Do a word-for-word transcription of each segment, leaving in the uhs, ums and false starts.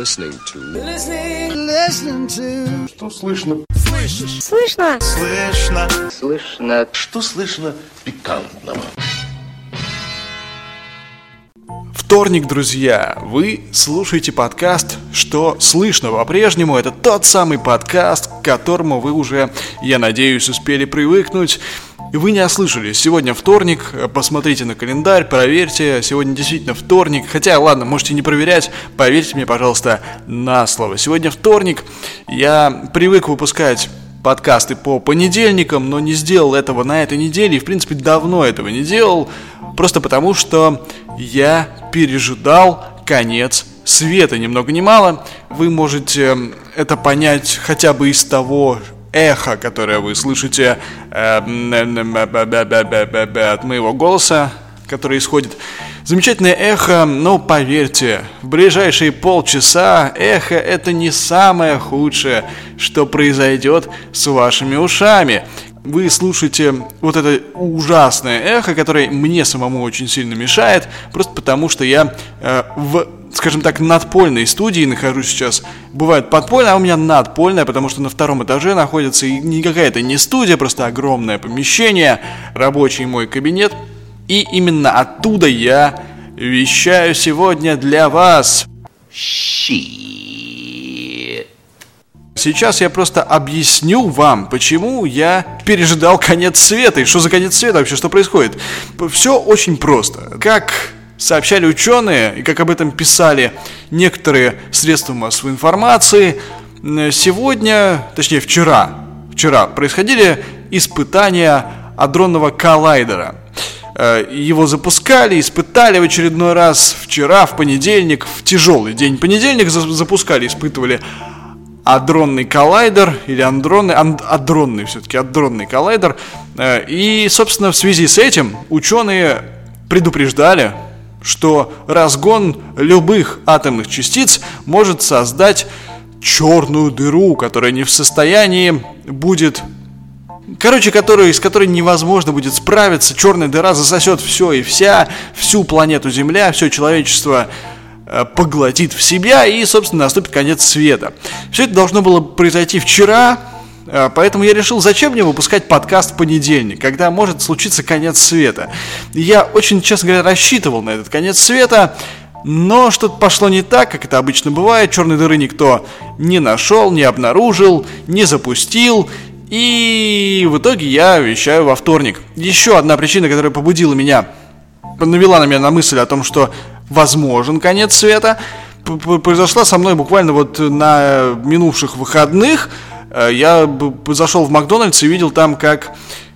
listening to. Listening, listening to. Что слышно? Слышишь? Слышно? Слышно. Слышно. Что слышно пикантного? Вторник, друзья, вы слушаете подкаст «Что слышно?» По-прежнему это тот самый подкаст, к которому вы уже, я надеюсь, успели привыкнуть. И вы не ослышались, сегодня вторник, посмотрите на календарь, проверьте, сегодня действительно вторник. Хотя, ладно, можете не проверять, поверьте мне, пожалуйста, на слово. Сегодня вторник, я привык выпускать подкасты по понедельникам, но не сделал этого на этой неделе и, в принципе, давно этого не делал. Просто потому, что я пережидал конец света, ни много ни мало. Вы можете это понять хотя бы из того эхо, которое вы слышите э, от моего голоса, который исходит. Замечательное эхо, но поверьте, в ближайшие полчаса эхо — это не самое худшее, что произойдет с вашими ушами. Вы слушаете вот это ужасное эхо, которое мне самому очень сильно мешает, просто потому что я э, в, скажем так, надпольной студии нахожусь сейчас. Бывает подпольная, а у меня надпольная, потому что на втором этаже находится и никакая это не студия, просто огромное помещение, рабочий мой кабинет. И именно оттуда я вещаю сегодня для вас. Shit. Сейчас я просто объясню вам, почему я пережидал конец света. И что за конец света вообще, что происходит? Все очень просто. Как сообщали ученые, и как об этом писали некоторые средства массовой информации, сегодня, точнее вчера, вчера происходили испытания адронного коллайдера. Его запускали, испытали в очередной раз вчера, в понедельник, в тяжелый день понедельник запускали, испытывали адронный коллайдер, или андронный, анд, адронный все-таки, адронный коллайдер. И, собственно, в связи с этим ученые предупреждали, что разгон любых атомных частиц может создать черную дыру, которая не в состоянии будет... Короче, которую, с которой невозможно будет справиться. Черная дыра засосет все и вся, всю планету Земля, все человечество э, поглотит в себя, и, собственно, наступит конец света. Все это должно было произойти вчера, э, поэтому я решил, зачем мне выпускать подкаст в понедельник, когда может случиться конец света. Я очень, честно говоря, рассчитывал на этот конец света, но что-то пошло не так, как это обычно бывает. Черной дыры никто не нашел, не обнаружил, не запустил. И в итоге я вещаю во вторник. Еще одна причина, которая побудила меня, навела на меня на мысль о том, что возможен конец света, произошла со мной буквально вот на минувших выходных. Я зашел в Макдональдс и видел там, как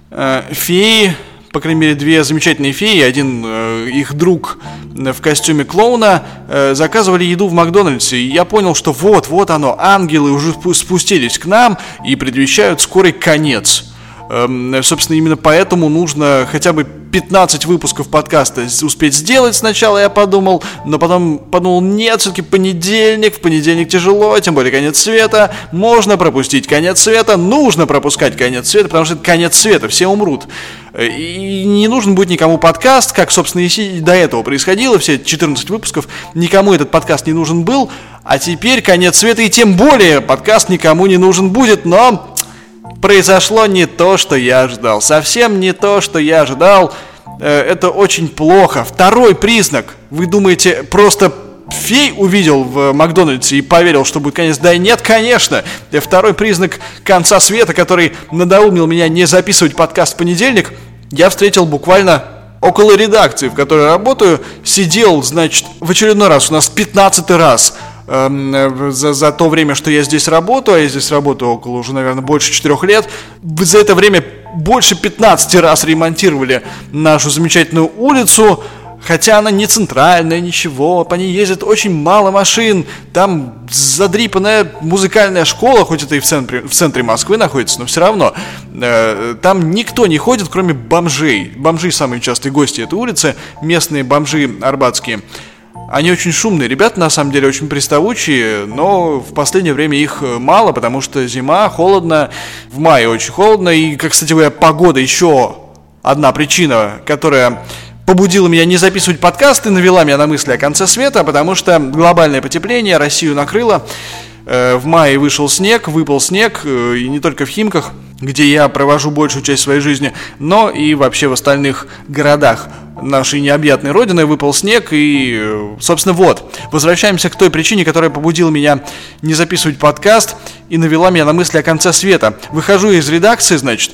феи, по крайней мере, две замечательные феи, один э, их друг в костюме клоуна, э, заказывали еду в Макдональдсе. И я понял, что вот, вот оно, ангелы уже спустились к нам и предвещают скорый конец. Э, собственно, именно поэтому нужно хотя бы пятнадцать выпусков подкаста успеть сделать сначала, я подумал, но потом подумал, нет, все-таки понедельник, в понедельник тяжело, тем более конец света, можно пропустить конец света, нужно пропускать конец света, потому что это конец света, все умрут. И не нужен будет никому подкаст, как, собственно, и до этого происходило, все четырнадцать выпусков, никому этот подкаст не нужен был, а теперь конец света, и тем более подкаст никому не нужен будет, но... Произошло не то, что я ожидал. Совсем не то, что я ожидал. Это очень плохо. Второй признак. Вы думаете, просто фей увидел в Макдональдсе и поверил, что будет конец? Да нет, конечно. Второй признак конца света, который надоумил меня не записывать подкаст в понедельник, я встретил буквально около редакции, в которой работаю. Сидел, значит, в очередной раз, у нас пятнадцатый раз За, за то время, что я здесь работаю, а я здесь работаю около уже, наверное, больше четырех лет, за это время больше пятнадцати раз ремонтировали нашу замечательную улицу, хотя она не центральная, ничего, по ней ездит очень мало машин, там задрипанная музыкальная школа, хоть это и в центре, в центре Москвы находится, но все равно, э, там никто не ходит, кроме бомжей. Бомжи самые частые гости этой улицы, местные бомжи арбатские. Они очень шумные ребята, на самом деле, очень приставучие, но в последнее время их мало, потому что зима, холодно, в мае очень холодно, и, как, кстати говоря, погода еще одна причина, которая побудила меня не записывать подкасты, навела меня на мысли о конце света, потому что глобальное потепление Россию накрыло. В мае вышел снег, выпал снег, и не только в Химках, где я провожу большую часть своей жизни, но и вообще в остальных городах нашей необъятной родины выпал снег. И, собственно, вот, возвращаемся к той причине, которая побудила меня не записывать подкаст и навела меня на мысли о конце света. Выхожу из редакции, значит,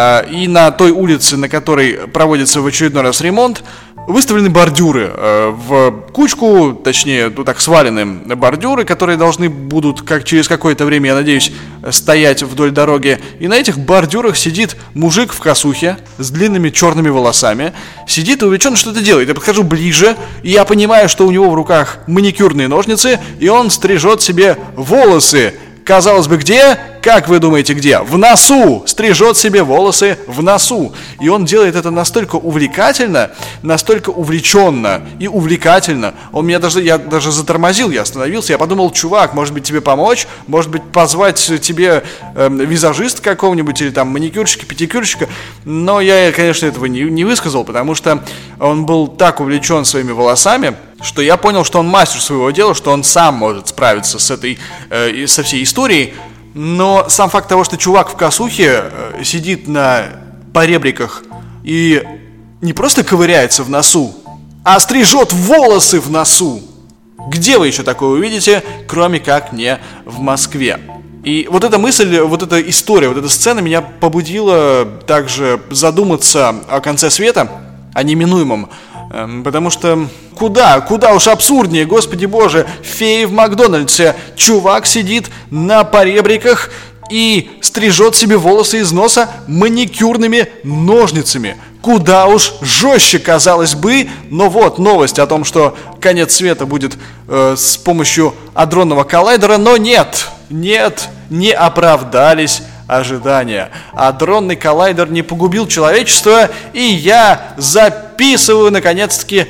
и на той улице, на которой проводится в очередной раз ремонт, выставлены бордюры в кучку, точнее, ну так свалены бордюры, которые должны будут как через какое-то время, я надеюсь, стоять вдоль дороги. И на этих бордюрах сидит мужик в косухе с длинными черными волосами, сидит и увлеченно что-то делает. Я подхожу ближе, и я понимаю, что у него в руках маникюрные ножницы, и он стрижет себе волосы. Казалось бы, где? Как вы думаете, где? В носу! Стрижет себе волосы в носу. И он делает это настолько увлекательно, настолько увлеченно и увлекательно. Он меня даже, я даже затормозил, я остановился. Я подумал, чувак, может быть, тебе помочь? Может быть, позвать тебе э, визажиста какого-нибудь или там маникюрщика, педикюрщика? Но я, конечно, этого не, не высказал, потому что он был так увлечен своими волосами, что я понял, что он мастер своего дела, что он сам может справиться с этой, э, со всей историей. Но сам факт того, что чувак в косухе э, сидит на поребриках и не просто ковыряется в носу, а стрижет волосы в носу. Где вы еще такое увидите, кроме как не в Москве? И вот эта мысль, вот эта история, вот эта сцена меня побудила также задуматься о конце света, о неминуемом. Потому что куда, куда уж абсурднее, господи боже, феи в Макдональдсе. Чувак сидит на поребриках и стрижет себе волосы из носа маникюрными ножницами. Куда уж жестче, казалось бы. Но вот новость о том, что конец света будет э, с помощью адронного коллайдера. Но нет, нет, не оправдались ожидания. Адронный коллайдер не погубил человечество, и я записываю, наконец-таки,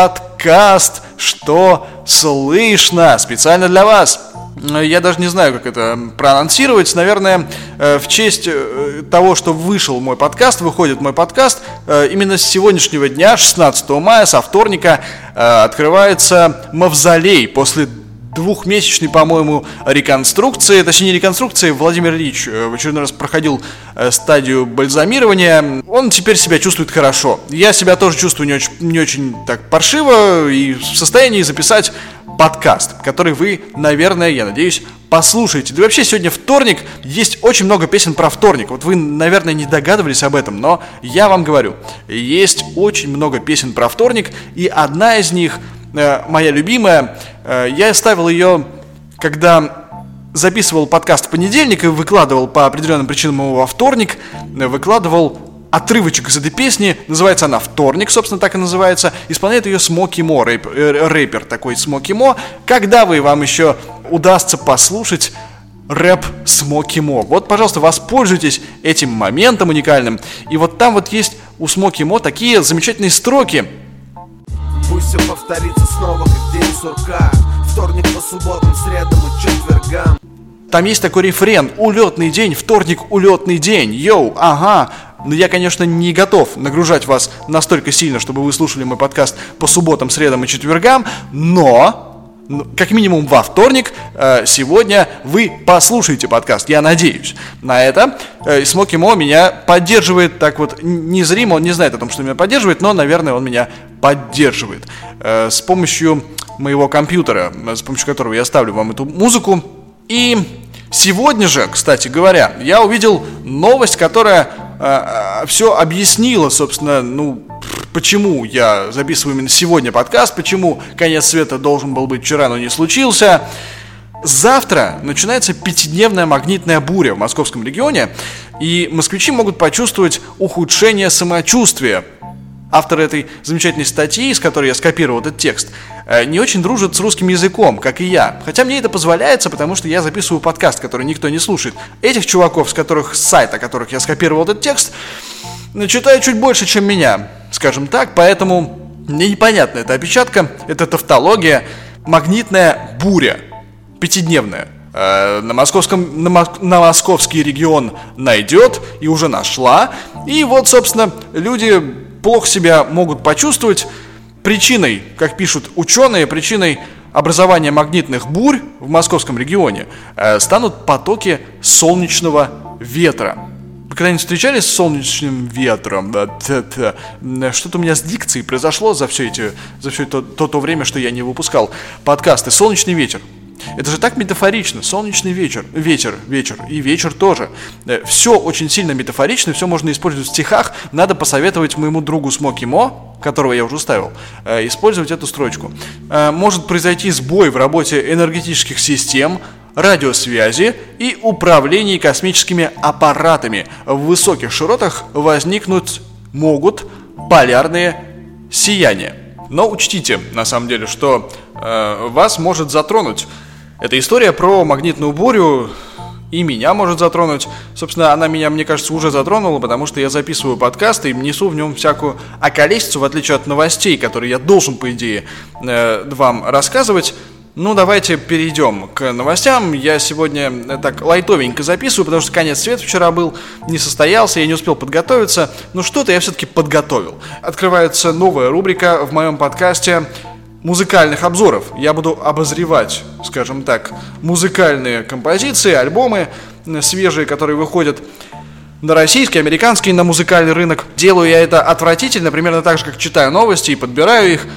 подкаст «Что слышно?» специально для вас. Я даже не знаю, как это проанонсировать. Наверное, в честь того, что вышел мой подкаст, выходит мой подкаст, именно с сегодняшнего дня, шестнадцатого мая, со вторника, открывается мавзолей после двухмесячной, по-моему, реконструкции, точнее не реконструкции, Владимир Ильич в очередной раз проходил стадию бальзамирования. Он теперь себя чувствует хорошо. Я себя тоже чувствую не очень, не очень так паршиво и в состоянии записать подкаст, который вы, наверное, я надеюсь, послушаете. Да и вообще сегодня вторник, есть очень много песен про вторник. Вот вы, наверное, не догадывались об этом, но я вам говорю, есть очень много песен про вторник, и одна из них, моя любимая, я ставил ее, когда записывал подкаст в понедельник и выкладывал по определенным причинам его во вторник, выкладывал отрывочек из этой песни, называется она «Вторник», собственно, так и называется, исполняет ее Смоки Мо, рэп, рэпер такой Смоки Мо. Когда вы, вам еще удастся послушать рэп Смоки Мо? Вот, пожалуйста, воспользуйтесь этим моментом уникальным, и вот там вот есть у Смоки Мо такие замечательные строки. Пусть все повторится снова, как день сурка. Вторник по субботам, средам и четвергам. Там есть такой рефрен: улетный день, вторник, улетный день. Йоу, ага. Но я, конечно, не готов нагружать вас настолько сильно, чтобы вы слушали мой подкаст по субботам, средам и четвергам. Но, как минимум во вторник, сегодня вы послушаете подкаст. Я надеюсь на это. Смоки Мо меня поддерживает так вот незримо. Он не знает о том, что меня поддерживает, но, наверное, он меня поддерживает с помощью моего компьютера, с помощью которого я ставлю вам эту музыку. И сегодня же, кстати говоря, я увидел новость, которая э, все объяснила, собственно, ну, почему я записываю именно сегодня подкаст, почему конец света должен был быть вчера, но не случился. Завтра начинается пятидневная магнитная буря в московском регионе, и москвичи могут почувствовать ухудшение самочувствия. Автор этой замечательной статьи, из которой я скопировал этот текст, не очень дружит с русским языком, как и я. Хотя мне это позволяется, потому что я записываю подкаст, который никто не слушает. Этих чуваков, с которых, с сайта, которых я скопировал этот текст, читают чуть больше, чем меня, скажем так. Поэтому мне непонятна эта опечатка, эта тавтология. Магнитная буря, пятидневная. На, московском, на, на московский регион найдет и уже нашла. И вот, собственно, люди плохо себя могут почувствовать. Причиной, как пишут ученые, причиной образования магнитных бурь в московском регионе э, станут потоки солнечного ветра. Вы когда-нибудь встречались с солнечным ветром? Что-то у меня с дикцией произошло за все, эти, за все то, то, то время, что я не выпускал подкасты. Солнечный ветер. Это же так метафорично. Солнечный вечер, ветер, вечер и вечер тоже. Все очень сильно метафорично, все можно использовать в стихах. Надо посоветовать моему другу Смоки Мо, которого я уже ставил, использовать эту строчку. Может произойти сбой в работе энергетических систем, радиосвязи и управлении космическими аппаратами. В высоких широтах возникнуть могут полярные сияния. Но учтите, на самом деле, что э, вас может затронуть эта история про магнитную бурю, и меня может затронуть. Собственно, она меня, мне кажется, уже затронула, потому что я записываю подкасты и несу в нем всякую околесицу, в отличие от новостей, которые я должен, по идее, э, вам рассказывать. Ну, давайте перейдем к новостям. Я сегодня так лайтовенько записываю, потому что конец света вчера был, не состоялся, я не успел подготовиться. Но что-то я все-таки подготовил. Открывается новая рубрика в моем подкасте музыкальных обзоров. Я буду обозревать, скажем так, музыкальные композиции, альбомы свежие, которые выходят на российский, американский, на музыкальный рынок. Делаю я это отвратительно, примерно так же, как читаю новости и подбираю их.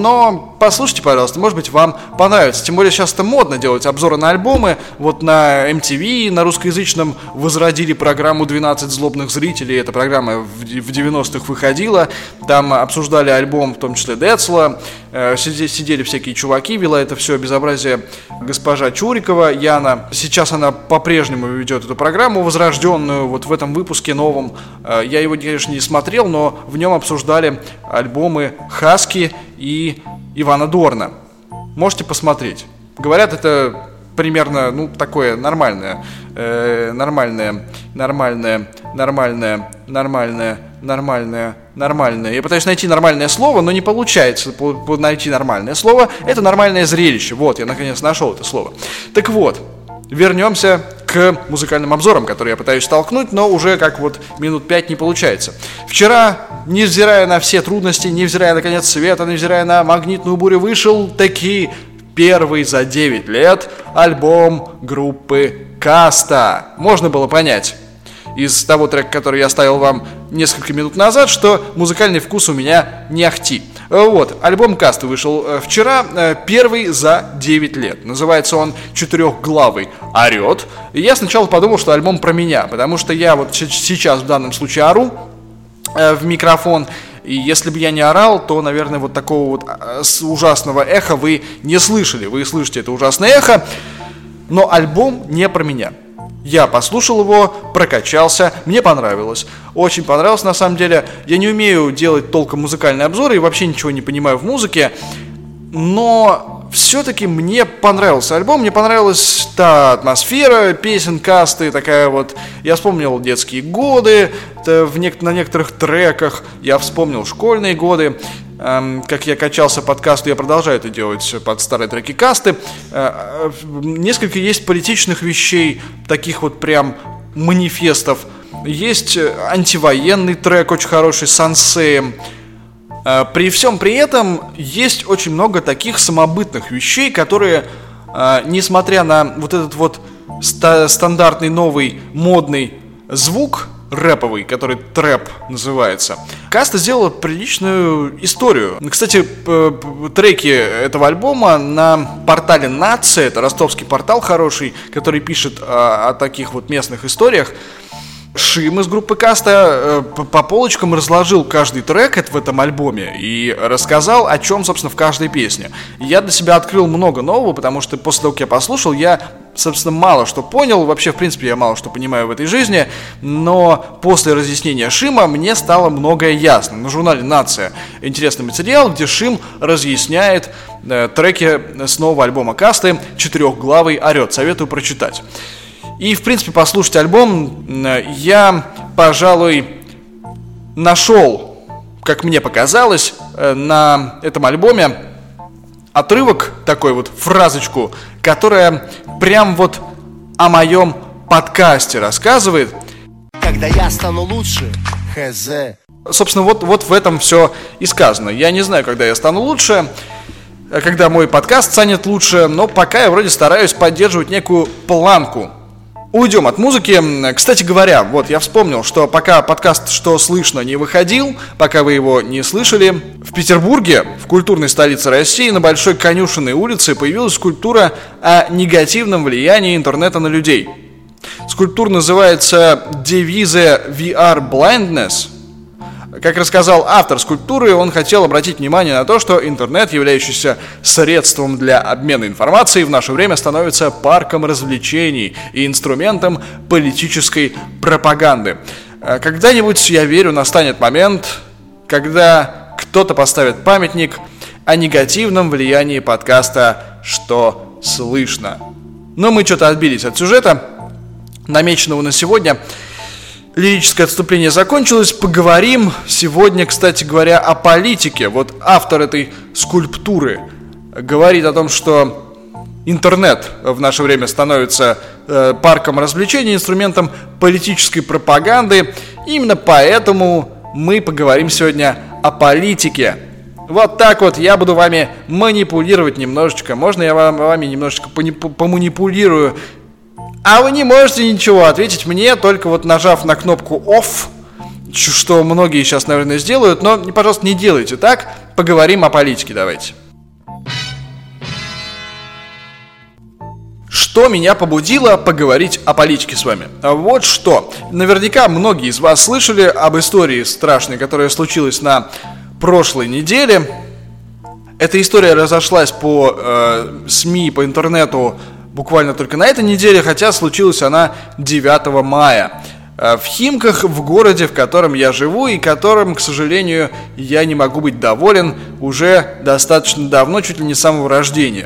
Но послушайте, пожалуйста, может быть, вам понравится. Тем более сейчас это модно делать обзоры на альбомы. Вот на эм ти ви, на русскоязычном, возродили программу «двенадцать злобных зрителей». Эта программа в девяностых выходила. Там обсуждали альбом, в том числе Децла. Сидели всякие чуваки, вела это все безобразие госпожа Чурикова Яна. Сейчас она по-прежнему ведет эту программу возрожденную. Вот в этом выпуске новом. Я его, конечно, не смотрел, но в нем обсуждали альбомы Хаски и Ивана Дорна. Можете посмотреть. Говорят, это примерно, ну, такое нормальное, э, нормальное, нормальное, нормальное, нормальное, нормальное, нормальное. Я пытаюсь найти нормальное слово, но не получается найти нормальное слово. Это нормальное зрелище. Вот, я наконец нашел это слово. Так вот, вернемся к музыкальным обзорам, которые я пытаюсь столкнуть, но уже как вот минут пять не получается. Вчера, невзирая на все трудности, невзирая на конец света, невзирая на магнитную бурю, вышел таки первый за девять лет альбом группы Каста. Можно было понять из того трека, который я ставил вам несколько минут назад, что музыкальный вкус у меня не ахти. Вот, альбом Касты вышел вчера, первый за девять лет. Называется он «Четырехглавый орет». И я сначала подумал, что альбом про меня, потому что я вот сейчас в данном случае ору в микрофон. И если бы я не орал, то, наверное, вот такого вот ужасного эха вы не слышали. Вы слышите это ужасное эхо, но альбом не про меня. Я послушал его, прокачался, мне понравилось. Очень понравилось, на самом деле. Я не умею делать толком музыкальные обзоры и вообще ничего не понимаю в музыке. Но все-таки мне понравился альбом, мне понравилась та атмосфера песен Касты, такая вот. Я вспомнил детские годы в нек- на некоторых треках, я вспомнил школьные годы. Эм, как я качался под Касту, я продолжаю это делать под старые треки Касты. Э, несколько есть политичных вещей, таких вот прям манифестов. Есть антивоенный трек очень хороший с Сансеем. При всем при этом есть очень много таких самобытных вещей, которые, несмотря на вот этот вот ста- стандартный новый модный звук рэповый, который трэп называется, Каста сделала приличную историю. Кстати, треки этого альбома на портале «Нация», это ростовский портал хороший, который пишет о, о таких вот местных историях, Шим из группы Каста э, по полочкам разложил каждый трек в этом альбоме и рассказал, о чем, собственно, в каждой песне. Я для себя открыл много нового, потому что после того, как я послушал, я, собственно, мало что понял. Вообще, в принципе, я мало что понимаю в этой жизни. Но после разъяснения Шима мне стало многое ясно. На журнале «Нация» интересный материал, где Шим разъясняет э, треки с нового альбома Касты «Четырехглавый орет». Советую прочитать. И, в принципе, послушать альбом я, пожалуй, нашел, как мне показалось, на этом альбоме отрывок, такой вот фразочку, которая прям вот о моем подкасте рассказывает. Когда я стану лучше, хз. Собственно, вот, вот в этом все и сказано. Я не знаю, когда я стану лучше, когда мой подкаст станет лучше, но пока я вроде стараюсь поддерживать некую планку. Уйдем от музыки. Кстати говоря, вот я вспомнил, что пока подкаст «Что слышно» не выходил, пока вы его не слышали, в Петербурге, в культурной столице России, на Большой Конюшенной улице появилась скульптура о негативном влиянии интернета на людей. Скульптура называется «Devise ви ар Blindness». Как рассказал автор скульптуры, он хотел обратить внимание на то, что интернет, являющийся средством для обмена информацией, в наше время становится парком развлечений и инструментом политической пропаганды. Когда-нибудь, я верю, настанет момент, когда кто-то поставит памятник о негативном влиянии подкаста «Что слышно?». Но мы что-то отбились от сюжета, намеченного на сегодня. Лирическое отступление закончилось. Поговорим сегодня, кстати говоря, о политике. Вот автор этой скульптуры говорит о том, что интернет в наше время становится э, парком развлечений, инструментом политической пропаганды. И именно поэтому мы поговорим сегодня о политике. Вот так вот я буду вами манипулировать немножечко. Можно я вам, вами немножечко поманипулирую? А вы не можете ничего ответить мне, только вот нажав на кнопку офф, что многие сейчас, наверное, сделают, но, пожалуйста, не делайте так. Поговорим о политике, давайте. Что меня побудило поговорить о политике с вами? Вот что. Наверняка многие из вас слышали об истории страшной, которая случилась на прошлой неделе. Эта история разошлась по э, СМИ, по интернету буквально только на этой неделе, хотя случилась она девятого мая. В Химках, в городе, в котором я живу и которым, к сожалению, я не могу быть доволен уже достаточно давно, чуть ли не с самого рождения.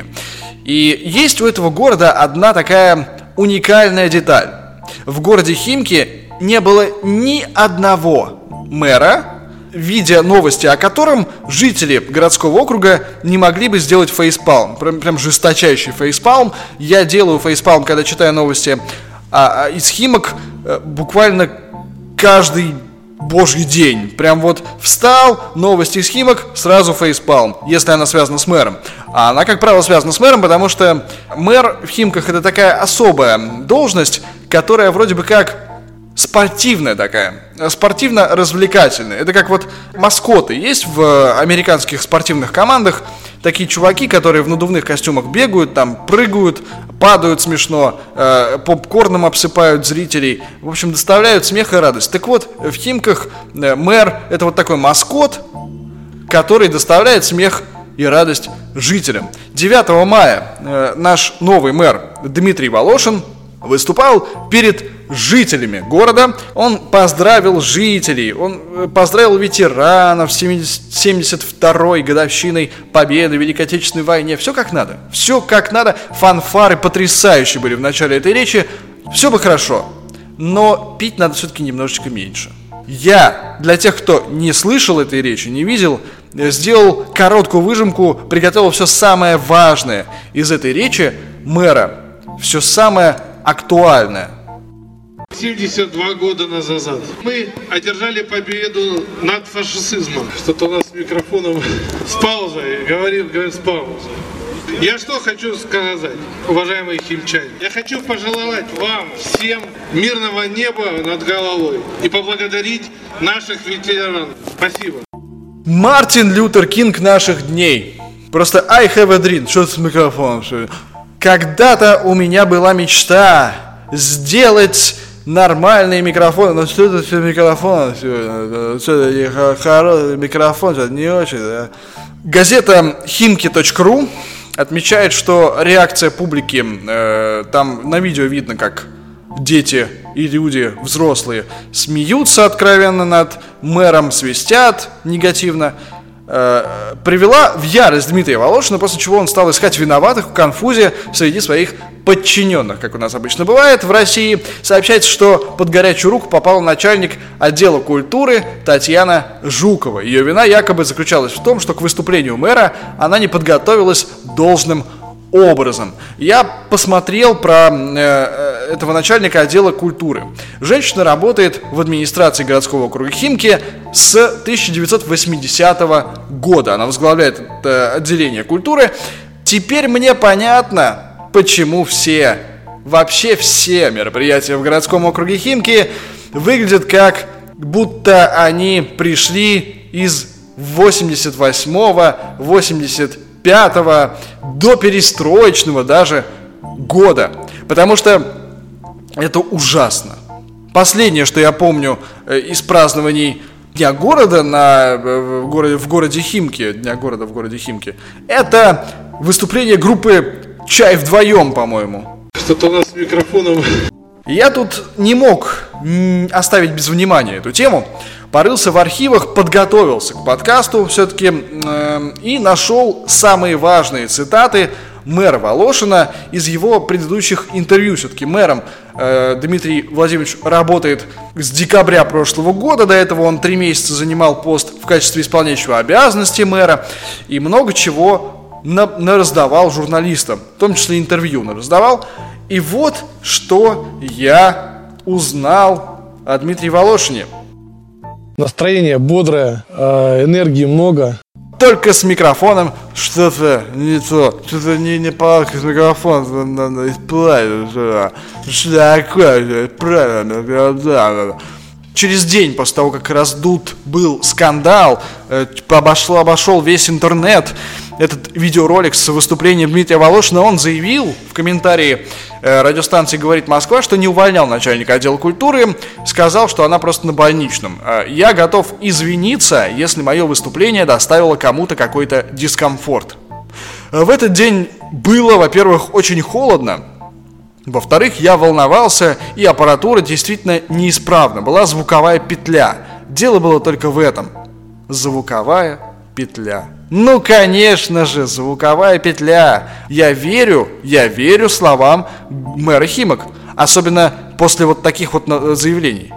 И есть у этого города одна такая уникальная деталь. В городе Химки не было ни одного мэра, видя новости о котором жители городского округа не могли бы сделать фейспалм. Прям, прям жесточайший фейспалм. Я делаю фейспалм, когда читаю новости а, а, из Химок а, буквально каждый божий день. Прям вот встал, новости из Химок, сразу фейспалм, если она связана с мэром. А она, как правило, связана с мэром, потому что мэр в Химках — это такая особая должность, которая вроде бы как спортивная такая, спортивно-развлекательная. Это как вот маскоты есть в американских спортивных командах. Такие чуваки, которые в надувных костюмах бегают, там прыгают, падают смешно, э, попкорном обсыпают зрителей. В общем, доставляют смех и радость. Так вот, в Химках э, мэр — это вот такой маскот, который доставляет смех и радость жителям. девятого мая э, наш новый мэр Дмитрий Волошин выступал перед жителями города. Он поздравил жителей, он поздравил ветеранов с семьдесят второй годовщиной победы в Великой Отечественной войне. Все как надо, все как надо. Фанфары потрясающие были в начале этой речи. Все бы хорошо, но пить надо все-таки немножечко меньше. Я, для тех, кто не слышал этой речи, не видел, сделал короткую выжимку, приготовил все самое важное из этой речи мэра, все самое актуальное. семьдесят два года назад мы одержали победу над фашизмом. Что-то у нас с микрофоном с паузой, говорит, говорит с паузой. Я что хочу сказать, уважаемые химчане? Я хочу пожелать вам всем мирного неба над головой и поблагодарить наших ветеранов. Спасибо. Мартин Лютер Кинг наших дней. Просто I have a dream. Что с микрофоном? Когда-то у меня была мечта сделать нормальные микрофоны. Но что это все микрофоны? Что это хороший микрофон, что не очень, да? Газета химки точка ру отмечает, что реакция публики, э, там на видео видно, как дети и люди взрослые смеются откровенно над мэром, свистят негативно, э, привела в ярость Дмитрия Волошина, после чего он стал искать виноватых в конфузе среди своих подчиненных, как у нас обычно бывает в России. Сообщается, что под горячую руку попал начальник отдела культуры Татьяна Жукова. Ее вина якобы заключалась в том, что к выступлению мэра она не подготовилась должным образом. Я посмотрел про э, этого начальника отдела культуры. Женщина работает в администрации городского округа Химки с тысяча девятьсот восьмидесятого года. Она возглавляет это отделение культуры. Теперь мне понятно, почему все, вообще все мероприятия в городском округе Химки выглядят как будто они пришли из восемьдесят восьмого, восемьдесят пятого до перестроечного даже года. Потому что это ужасно. Последнее, что я помню из празднований Дня города на, в, городе, в городе Химки, Дня города в городе Химки, это выступление группы «Чай вдвоем», по-моему. Что-то у нас с микрофоном. Я тут не мог оставить без внимания эту тему. Порылся в архивах, подготовился к подкасту все-таки э, и нашел самые важные цитаты мэра Волошина из его предыдущих интервью. Все-таки мэром э, Дмитрий Владимирович работает с декабря прошлого года. До этого он три месяца занимал пост в качестве исполняющего обязанности мэра и много чего на, нараздавал журналистам, в том числе интервью нараздавал. И вот что я узнал о Дмитрии Волошине. Настроение бодрое, энергии много. Только с микрофоном что-то не то, что-то не, не палка с микрофоном, надо исправить, что такое, правильно. Через день после того, как раздут был скандал, обошел, обошел весь интернет, этот видеоролик с выступлением Дмитрия Волошина, он заявил в комментарии радиостанции «Говорит Москва», что не увольнял начальника отдела культуры, сказал, что она просто на больничном. «Я готов извиниться, если мое выступление доставило кому-то какой-то дискомфорт». В этот день было, во-первых, очень холодно. Во-вторых, я волновался, и аппаратура действительно неисправна. Была звуковая петля. Дело было только в этом. Звуковая петля. Ну, конечно же, звуковая петля. Я верю, я верю словам мэра Химок. Особенно после вот таких вот заявлений.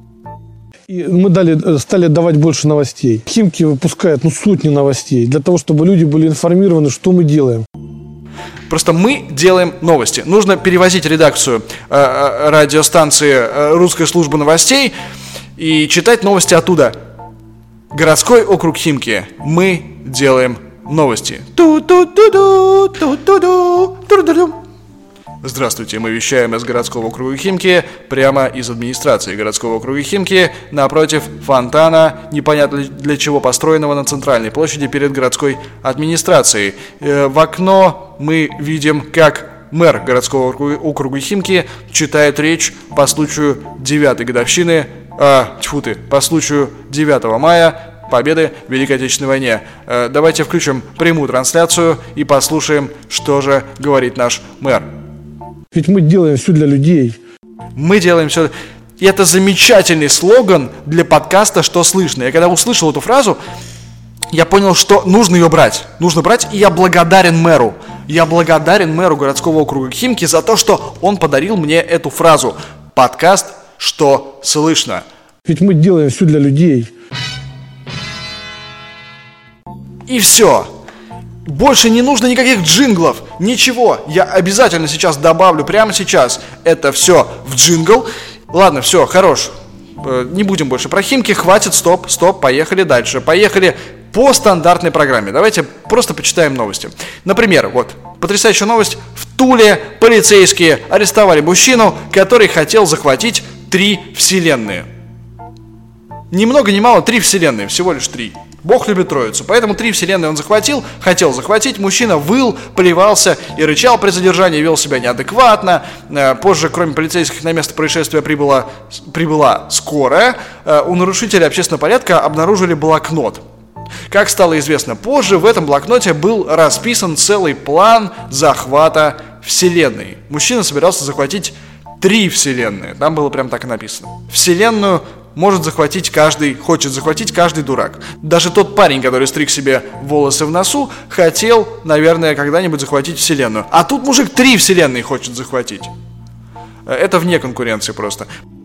И мы дали, стали давать больше новостей. Химки выпускают ну, сотни новостей, для того, чтобы люди были информированы, что мы делаем. Просто мы делаем новости. Нужно перевозить редакцию э, радиостанции э, «Русская служба новостей» и читать новости оттуда. Городской округ Химки. Мы делаем новости. Ту-ту-ту-ду, ту-ту-ду, ту-ду-ду. Здравствуйте, мы вещаем из городского округа Химки, прямо из администрации городского округа Химки, напротив фонтана, непонятно для чего построенного на центральной площади перед городской администрацией. Э, в окно мы видим, как мэр городского округа Химки читает речь по случаю девятой годовщины, э, тьфу ты, по случаю девятого мая, победы в Великой Отечественной войне. Э, давайте включим прямую трансляцию и послушаем, что же говорит наш мэр. Ведь мы делаем все для людей. Мы делаем все. И это замечательный слоган для подкаста «Что слышно?». Я когда услышал эту фразу, я понял, что нужно ее брать. Нужно брать, и я благодарен мэру. Я благодарен мэру городского округа Химки за то, что он подарил мне эту фразу. Подкаст «Что слышно?». Ведь мы делаем все для людей. И все. Больше не нужно никаких джинглов, ничего. Я обязательно сейчас добавлю, прямо сейчас, это все в джингл. Ладно, все, хорош. Не будем больше про Химки, хватит, стоп, стоп, поехали дальше. Поехали по стандартной программе. Давайте просто почитаем новости. Например, вот, потрясающая новость. В Туле полицейские арестовали мужчину, который хотел захватить три вселенные. Ни много ни мало, три вселенные, всего лишь три. Бог любит троицу, поэтому три вселенные он захватил, хотел захватить, мужчина выл, плевался и рычал при задержании, вел себя неадекватно. Позже, кроме полицейских, на место происшествия прибыла, прибыла скорая. У нарушителя общественного порядка обнаружили блокнот. Как стало известно позже, в этом блокноте был расписан целый план захвата вселенной. Мужчина собирался захватить три вселенные, там было прям так и написано. Вселенную может захватить каждый, хочет захватить каждый дурак. Даже тот парень, который стриг себе волосы в носу, хотел, наверное, когда-нибудь захватить вселенную. А тут мужик три вселенные хочет захватить. Это вне конкуренции просто.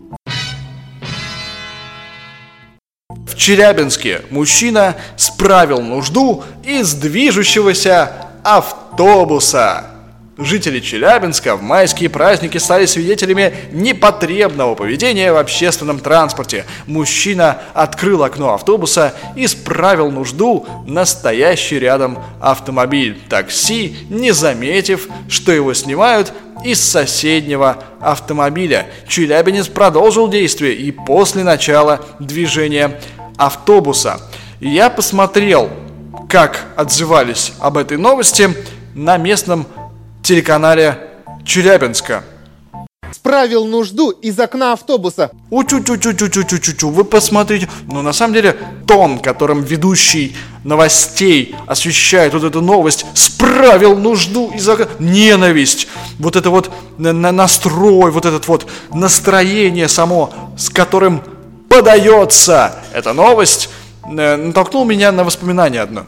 В Челябинске мужчина справил нужду из движущегося автобуса. Жители Челябинска в майские праздники стали свидетелями непотребного поведения в общественном транспорте. Мужчина открыл окно автобуса и справил нужду на стоящий рядом автомобиль такси, не заметив, что его снимают из соседнего автомобиля. Челябинец продолжил действие и после начала движения автобуса. Я посмотрел, как отзывались об этой новости на местном телеканале Челябинска. Справил нужду из окна автобуса. У-чу-чу-чу-чу-чу-чу-чу, вы посмотрите. Но на самом деле тон, которым ведущий новостей освещает вот эту новость, справил нужду из окна. Ненависть, вот это вот настрой, вот этот вот настроение само, с которым подается эта новость, натолкнул меня на воспоминание одно.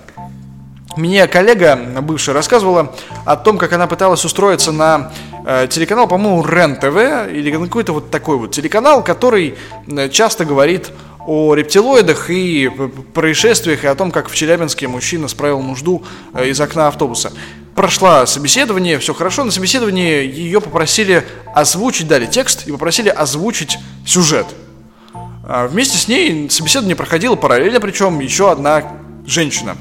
Мне коллега бывшая рассказывала о том, как она пыталась устроиться на э, телеканал, по-моему, РЕН-ТВ, или на какой-то вот такой вот телеканал, который часто говорит о рептилоидах и происшествиях, и о том, как в Челябинске мужчина справил нужду э, из окна автобуса. Прошла собеседование, все хорошо, на собеседовании ее попросили озвучить, дали текст и попросили озвучить сюжет. А вместе с ней собеседование проходило параллельно, причем еще одна женщина.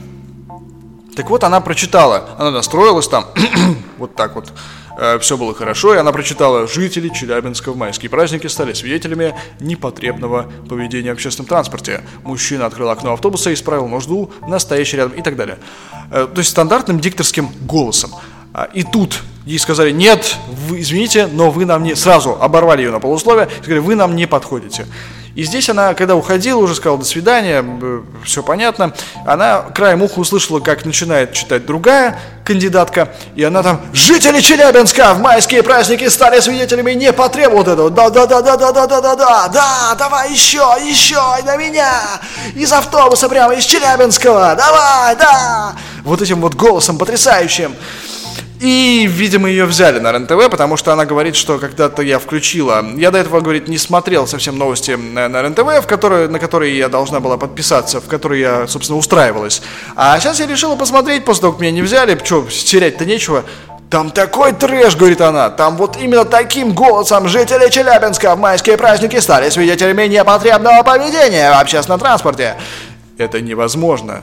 Так вот, она прочитала, она настроилась там, вот так вот, э, все было хорошо, и она прочитала: жители Челябинска в майские праздники стали свидетелями непотребного поведения в общественном транспорте. Мужчина открыл окно автобуса и исправил нужду на стоящий рядом и так далее. Э, то есть стандартным дикторским голосом. А, и тут ей сказали: нет, вы, извините, но вы нам не... Сразу оборвали ее на полусловие и сказали: вы нам не подходите. И здесь она, когда уходила, уже сказала: до свидания, все понятно. Она краем уха услышала, как начинает читать другая кандидатка, и она там: жители Челябинска в майские праздники стали свидетелями непотребного вот этого. Да-да-да-да-да-да-да-да, да, давай еще, еще, на меня, из автобуса прямо из Челябинского, давай, да. Вот этим вот голосом потрясающим. И, видимо, ее взяли на РЕН-ТВ, потому что она говорит, что когда-то я включила... Я до этого, говорит, не смотрел совсем новости на РЕН-ТВ, в которые, на которые я должна была подписаться, в которые я, собственно, устраивалась. А сейчас я решила посмотреть, после того, как меня не взяли, что, терять-то нечего. Там такой трэш, говорит она, там вот именно таким голосом жители Челябинска в майские праздники стали свидетелями непотребного поведения в общественном транспорте. Это невозможно.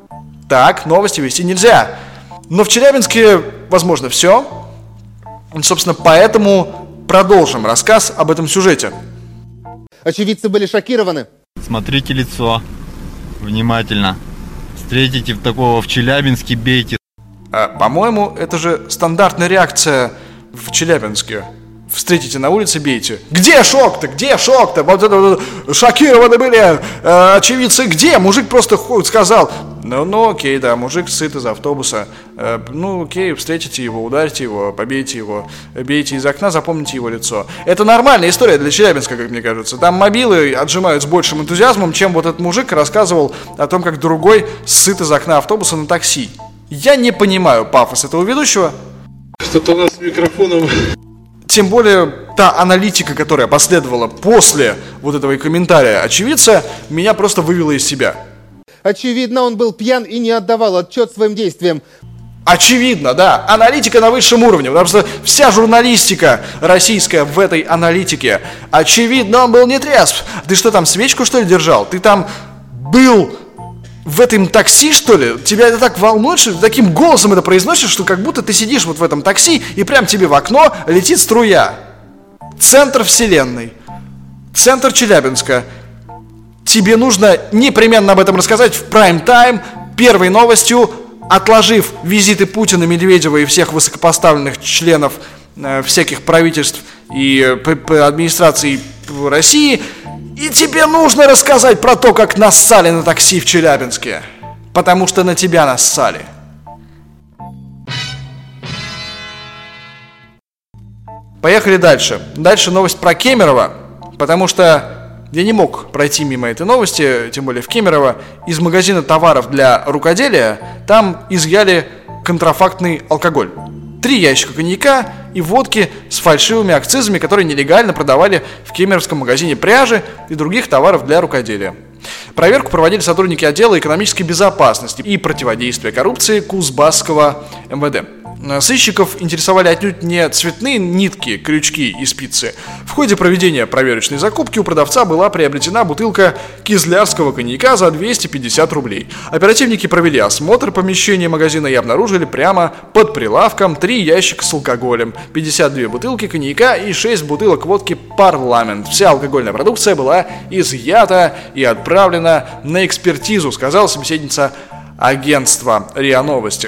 Так новости вести нельзя. Но в Челябинске, возможно, все. Собственно, поэтому продолжим рассказ об этом сюжете. Очевидцы были шокированы. Смотрите лицо внимательно. Встретите такого в Челябинске, бейте. А, по-моему, это же стандартная реакция в Челябинске. Встретите на улице, бейте. Где шок-то? Где шок-то? Вот это вот, шокированы были э, очевидцы. Где? Мужик просто сказал: ну, ну окей, да, мужик сыт из автобуса. Э, ну окей, встретите его, ударьте его, побейте его, бейте из окна, запомните его лицо. Это нормальная история для Челябинска, как мне кажется. Там мобилы отжимают с большим энтузиазмом, чем вот этот мужик рассказывал о том, как другой сыт из окна автобуса на такси. Я не понимаю пафос этого ведущего. Что-то у нас с микрофоном... Тем более, та аналитика, которая последовала после вот этого комментария очевидца, меня просто вывела из себя. Очевидно, он был пьян и не отдавал отчет своим действиям. Очевидно, да. Аналитика на высшем уровне. Потому что вся журналистика российская в этой аналитике. Очевидно, он был не трезв. Ты что, там свечку, что ли, держал? Ты там был... в этом такси, что ли? Тебя это так волнует, что ты таким голосом это произносишь, что как будто ты сидишь вот в этом такси, и прям тебе в окно летит струя. Центр вселенной. Центр Челябинска. Тебе нужно непременно об этом рассказать в прайм-тайм, первой новостью, отложив визиты Путина, Медведева и всех высокопоставленных членов э, всяких правительств и э, администраций России. И тебе нужно рассказать про то, как нассали на такси в Челябинске. Потому что на тебя нассали. Поехали дальше. Дальше новость про Кемерово. Потому что я не мог пройти мимо этой новости, тем более в Кемерово. Из магазина товаров для рукоделия там изъяли контрафактный алкоголь. Три ящика коньяка и водки с фальшивыми акцизами, которые нелегально продавали в кемеровском магазине пряжи и других товаров для рукоделия. Проверку проводили сотрудники отдела экономической безопасности и противодействия коррупции Кузбасского эм вэ дэ. Сыщиков интересовали отнюдь не цветные нитки, крючки и спицы. В ходе проведения проверочной закупки у продавца была приобретена бутылка кизлярского коньяка за двести пятьдесят рублей. Оперативники провели осмотр помещения магазина и обнаружили прямо под прилавком три ящика с алкоголем, пятьдесят две бутылки коньяка и шесть бутылок водки «Парламент». Вся алкогольная продукция была изъята и отправлена на экспертизу, сказала собеседница агентства РИА Новости.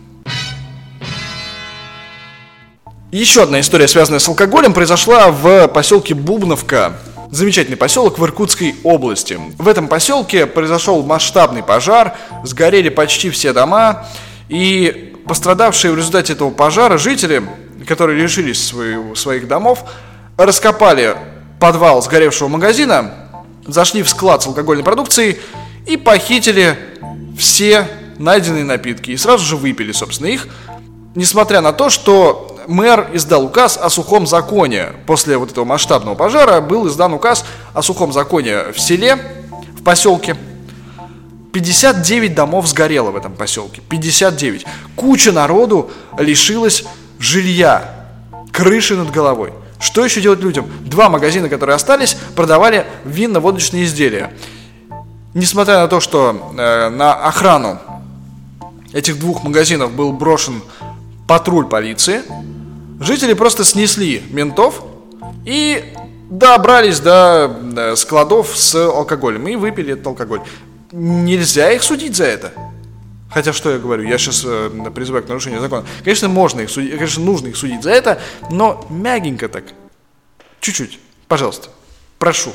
Еще одна история, связанная с алкоголем, произошла в поселке Бубновка. Замечательный поселок в Иркутской области. В этом поселке произошел масштабный пожар, сгорели почти все дома, и пострадавшие в результате этого пожара жители, которые лишились своих, своих домов, раскопали подвал сгоревшего магазина, зашли в склад с алкогольной продукцией и похитили все найденные напитки и сразу же выпили, собственно, их, несмотря на то, что мэр издал указ о сухом законе. После вот этого масштабного пожара был издан указ о сухом законе в селе, в поселке. пятьдесят девять домов сгорело в этом поселке. пятьдесят девять. Куча народу лишилась жилья, крыши над головой. Что еще делать людям? Два магазина, которые остались, продавали винно-водочные изделия. Несмотря на то, что э, на охрану этих двух магазинов был брошен патруль полиции, жители просто снесли ментов и добрались до, до складов с алкоголем и выпили этот алкоголь. Нельзя их судить за это. Хотя, что я говорю, я сейчас э, призываю к нарушению закона. Конечно, можно их судить, конечно, нужно их судить за это, но мягенько так. Чуть-чуть, пожалуйста, прошу.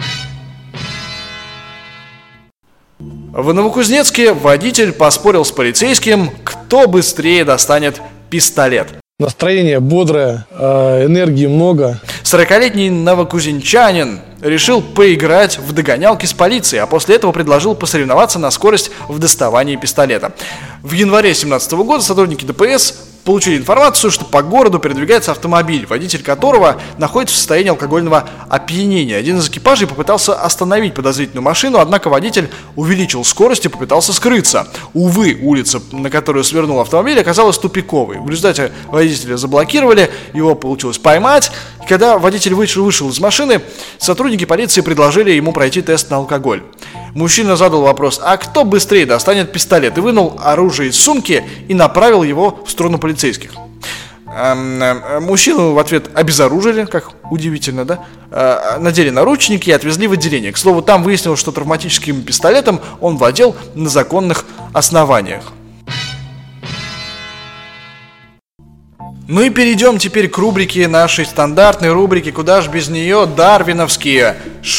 В Новокузнецке водитель поспорил с полицейским, кто быстрее достанет пистолет. Настроение бодрое, энергии много. сорокалетний новокузнечанин решил поиграть в догонялки с полицией, а после этого предложил посоревноваться на скорость в доставании пистолета. В январе две тысячи семнадцатого года сотрудники ДПС получили информацию, что по городу передвигается автомобиль, водитель которого находится в состоянии алкогольного опьянения. Один из экипажей попытался остановить подозрительную машину, однако водитель увеличил скорость и попытался скрыться. Увы, улица, на которую свернул автомобиль, оказалась тупиковой. В результате водителя заблокировали, его получилось поймать. И когда водитель вышел, вышел из машины, сотрудники полиции предложили ему пройти тест на алкоголь. Мужчина задал вопрос: а кто быстрее достанет пистолет? И вынул оружие из сумки и направил его в сторону полицейских. Мужчину в ответ обезоружили, как удивительно, да? Надели наручники и отвезли в отделение. К слову, там выяснилось, что травматическим пистолетом он владел на законных основаниях. Ну и перейдем теперь к рубрике, нашей стандартной рубрике, куда ж без нее, дарвиновские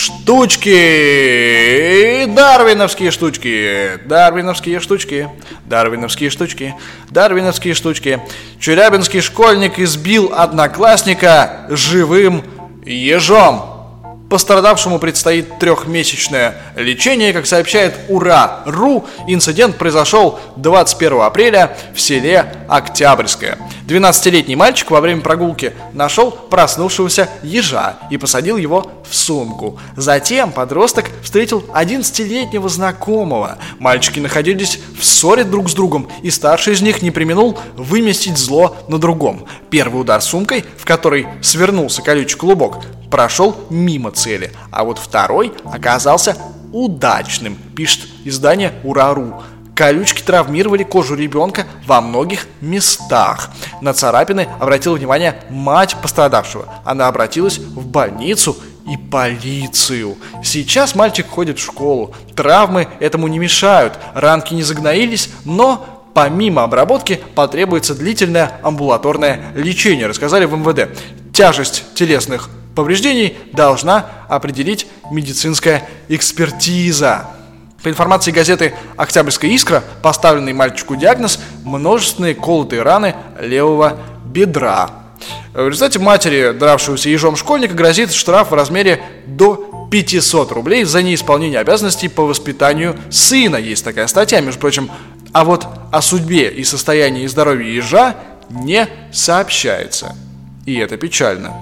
штучки, дарвиновские штучки, дарвиновские штучки, дарвиновские штучки, дарвиновские штучки. Челябинский школьник избил одноклассника живым ежом. Пострадавшему предстоит трехмесячное лечение. Как сообщает Ура.ру, инцидент произошел двадцать первого апреля в селе Октябрьское. двенадцатилетний мальчик во время прогулки нашел проснувшегося ежа и посадил его в сумку. Затем подросток встретил одиннадцатилетнего знакомого. Мальчики находились в ссоре друг с другом, и старший из них не преминул выместить зло на другом. Первый удар сумкой, в которой свернулся колючий клубок, прошел мимо цели, а вот второй оказался удачным, пишет издание Ура.ру. Колючки травмировали кожу ребенка во многих местах. На царапины обратила внимание мать пострадавшего. Она обратилась в больницу и полицию. Сейчас мальчик ходит в школу. Травмы этому не мешают, ранки не загноились, но помимо обработки потребуется длительное амбулаторное лечение, рассказали в эм вэ дэ. Тяжесть телесных повреждений должна определить медицинская экспертиза. По информации газеты «Октябрьская искра», поставленный мальчику диагноз – множественные колотые раны левого бедра. В результате матери дравшегося ежом школьника грозит штраф в размере до пятьсот рублей за неисполнение обязанностей по воспитанию сына. Есть такая статья, между прочим. А вот о судьбе и состоянии здоровья ежа не сообщается. И это печально.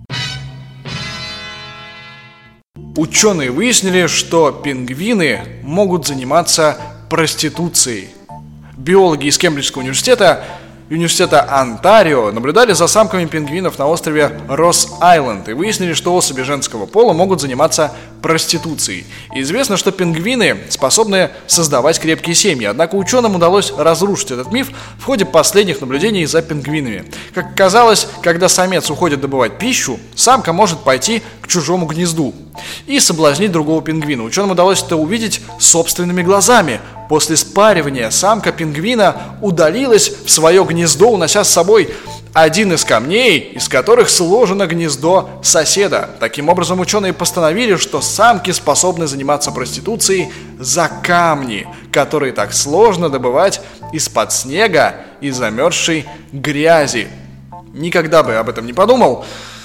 Ученые выяснили, что пингвины могут заниматься проституцией. Биологи из Кембриджского университета университета Онтарио наблюдали за самками пингвинов на острове Росс-Айленд и выяснили, что особи женского пола могут заниматься проституцией. Известно, что пингвины способны создавать крепкие семьи, однако ученым удалось разрушить этот миф в ходе последних наблюдений за пингвинами. Как оказалось, когда самец уходит добывать пищу, самка может пойти к чужому гнезду и соблазнить другого пингвина. Ученым удалось это увидеть собственными глазами. После спаривания самка пингвина удалилась в свое гнездо, унося с собой один из камней, из которых сложено гнездо соседа. Таким образом, ученые постановили, что самки способны заниматься проституцией за камни, которые так сложно добывать из-под снега и замерзшей грязи. Никогда бы об этом не подумал.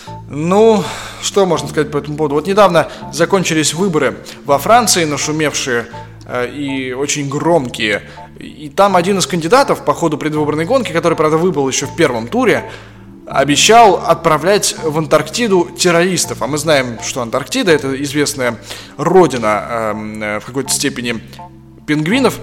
Ну, что можно сказать по этому поводу? Вот недавно закончились выборы во Франции, нашумевшие э, и очень громкие. И там один из кандидатов по ходу предвыборной гонки, который, правда, выпал еще в первом туре, обещал отправлять в Антарктиду террористов. А мы знаем, что Антарктида — это известная родина э, в какой-то степени пингвинов.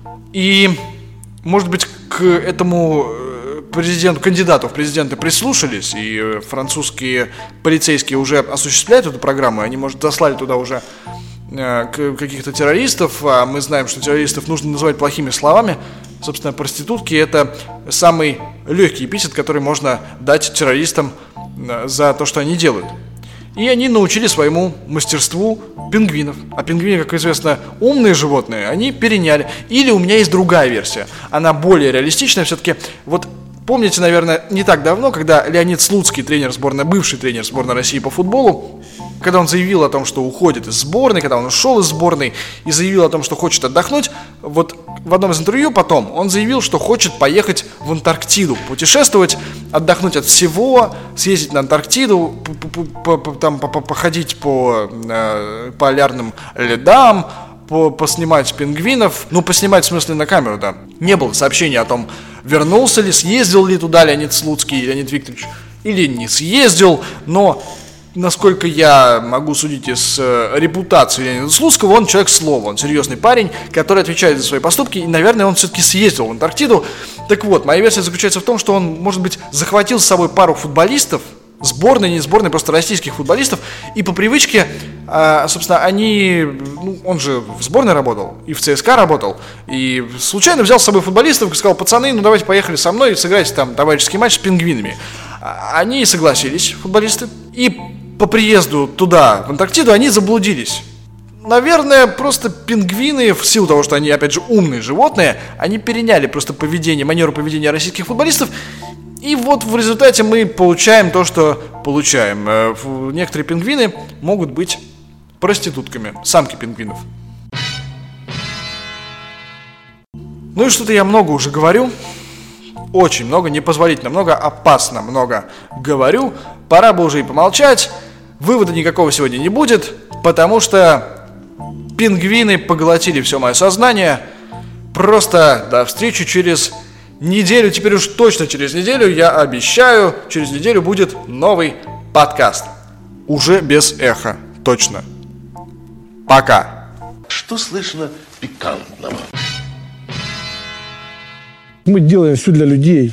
И, может быть, к этому президенту, кандидату в президенты прислушались, и французские полицейские уже осуществляют эту программу, они, может, заслали туда уже э, каких-то террористов, а мы знаем, что террористов нужно называть плохими словами. Собственно, проститутки — это самый легкий эпитет, который можно дать террористам за то, что они делают. И они научили своему мастерству пингвинов. А пингвины, как известно, умные животные, они переняли. Или у меня есть другая версия, она более реалистичная все-таки. Вот помните, наверное, не так давно, когда Леонид Слуцкий, тренер сборной, бывший тренер сборной России по футболу, когда он заявил о том, что уходит из сборной, когда он ушел из сборной и заявил о том, что хочет отдохнуть, вот в одном из интервью потом он заявил, что хочет поехать в Антарктиду, путешествовать, отдохнуть от всего, съездить на Антарктиду, там походить по полярным ледам, поснимать пингвинов. Ну, поснимать в смысле на камеру, да. Не было сообщения о том, вернулся ли, съездил ли туда Леонид Слуцкий, Леонид Викторович, или не съездил, но, насколько я могу судить из э, репутации Леонида Слуцкого, он человек слова, он серьезный парень, который отвечает за свои поступки, и, наверное, он все-таки съездил в Антарктиду. Так вот, моя версия заключается в том, что он, может быть, захватил с собой пару футболистов, сборной, не сборной, просто российских футболистов, и по привычке, э, собственно, они, ну, он же в сборной работал, и в ЦСКА работал, и случайно взял с собой футболистов и сказал: пацаны, ну давайте поехали со мной и сыграйте там товарищеский матч с пингвинами. Они согласились, футболисты, и по приезду туда, в Антарктиду, они заблудились. Наверное, просто пингвины, в силу того, что они, опять же, умные животные, они переняли просто поведение, манеру поведения российских футболистов. И вот в результате мы получаем то, что получаем. Некоторые пингвины могут быть проститутками, самки пингвинов. Ну и что-то я много уже говорю. Очень много, непозволительно много, опасно много говорю. Пора бы уже и помолчать. Вывода никакого сегодня не будет, потому что пингвины поглотили все мое сознание. Просто до встречи через неделю, теперь уж точно через неделю, я обещаю, через неделю будет новый подкаст. Уже без эха, точно. Пока. Что слышно пикантного? Мы делаем все для людей.